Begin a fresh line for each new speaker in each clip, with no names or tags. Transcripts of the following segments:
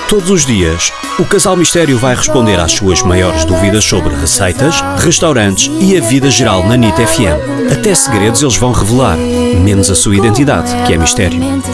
Todos os dias, o Casal Mistério vai responder às suas maiores dúvidas sobre receitas, restaurantes e a vida geral na NIT FM. Até segredos eles vão revelar, menos a sua identidade, que é mistério.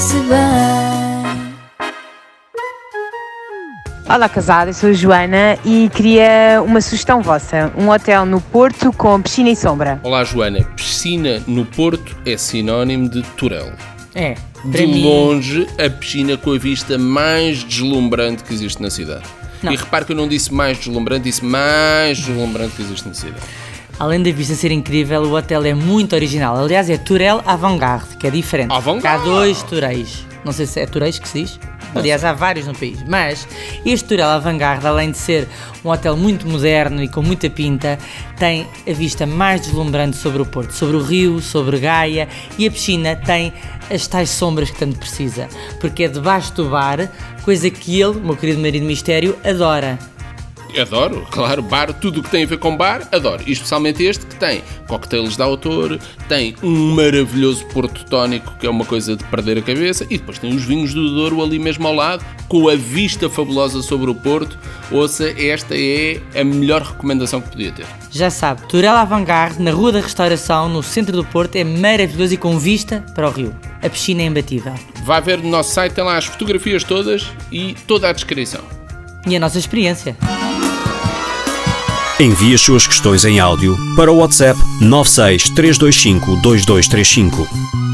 Olá casada, eu sou a Joana e queria uma sugestão vossa. Um hotel no Porto com piscina e sombra.
Olá Joana, piscina no Porto é sinónimo de Turel.
É,
De longe, a piscina com a vista mais deslumbrante que existe na cidade.
Não.
E repare que eu não disse mais deslumbrante, disse mais deslumbrante que existe na cidade.
Além da vista ser incrível, o hotel é muito original. Aliás, é Turel Avant-Garde, que é diferente.
Avant-Garde?
Há 2 Tureis. Não sei se é Tureis que se diz. Aliás, há vários no país. Mas este Turel Avant-Garde, além de ser um hotel muito moderno e com muita pinta, tem a vista mais deslumbrante sobre o Porto, sobre o rio, sobre Gaia, e a piscina tem as tais sombras que tanto precisa, porque é debaixo do bar, coisa que ele, o meu querido marido mistério, adora.
Adoro, claro, bar, tudo o que tem a ver com bar, adoro. E especialmente este que tem cocktails de autor, tem um maravilhoso porto tónico, que é uma coisa de perder a cabeça, e depois tem os vinhos do Douro ali mesmo ao lado, com a vista fabulosa sobre o Porto. Ouça, esta é a melhor recomendação que podia ter.
Já sabe, Turel Avant-Garde, na Rua da Restauração, no centro do Porto, é maravilhoso e com vista para o rio. A piscina é imbatível.
Vá ver no nosso site, tem lá as fotografias todas e toda a descrição.
E a nossa experiência.
Envie as suas questões em áudio para o WhatsApp 96 325 2235.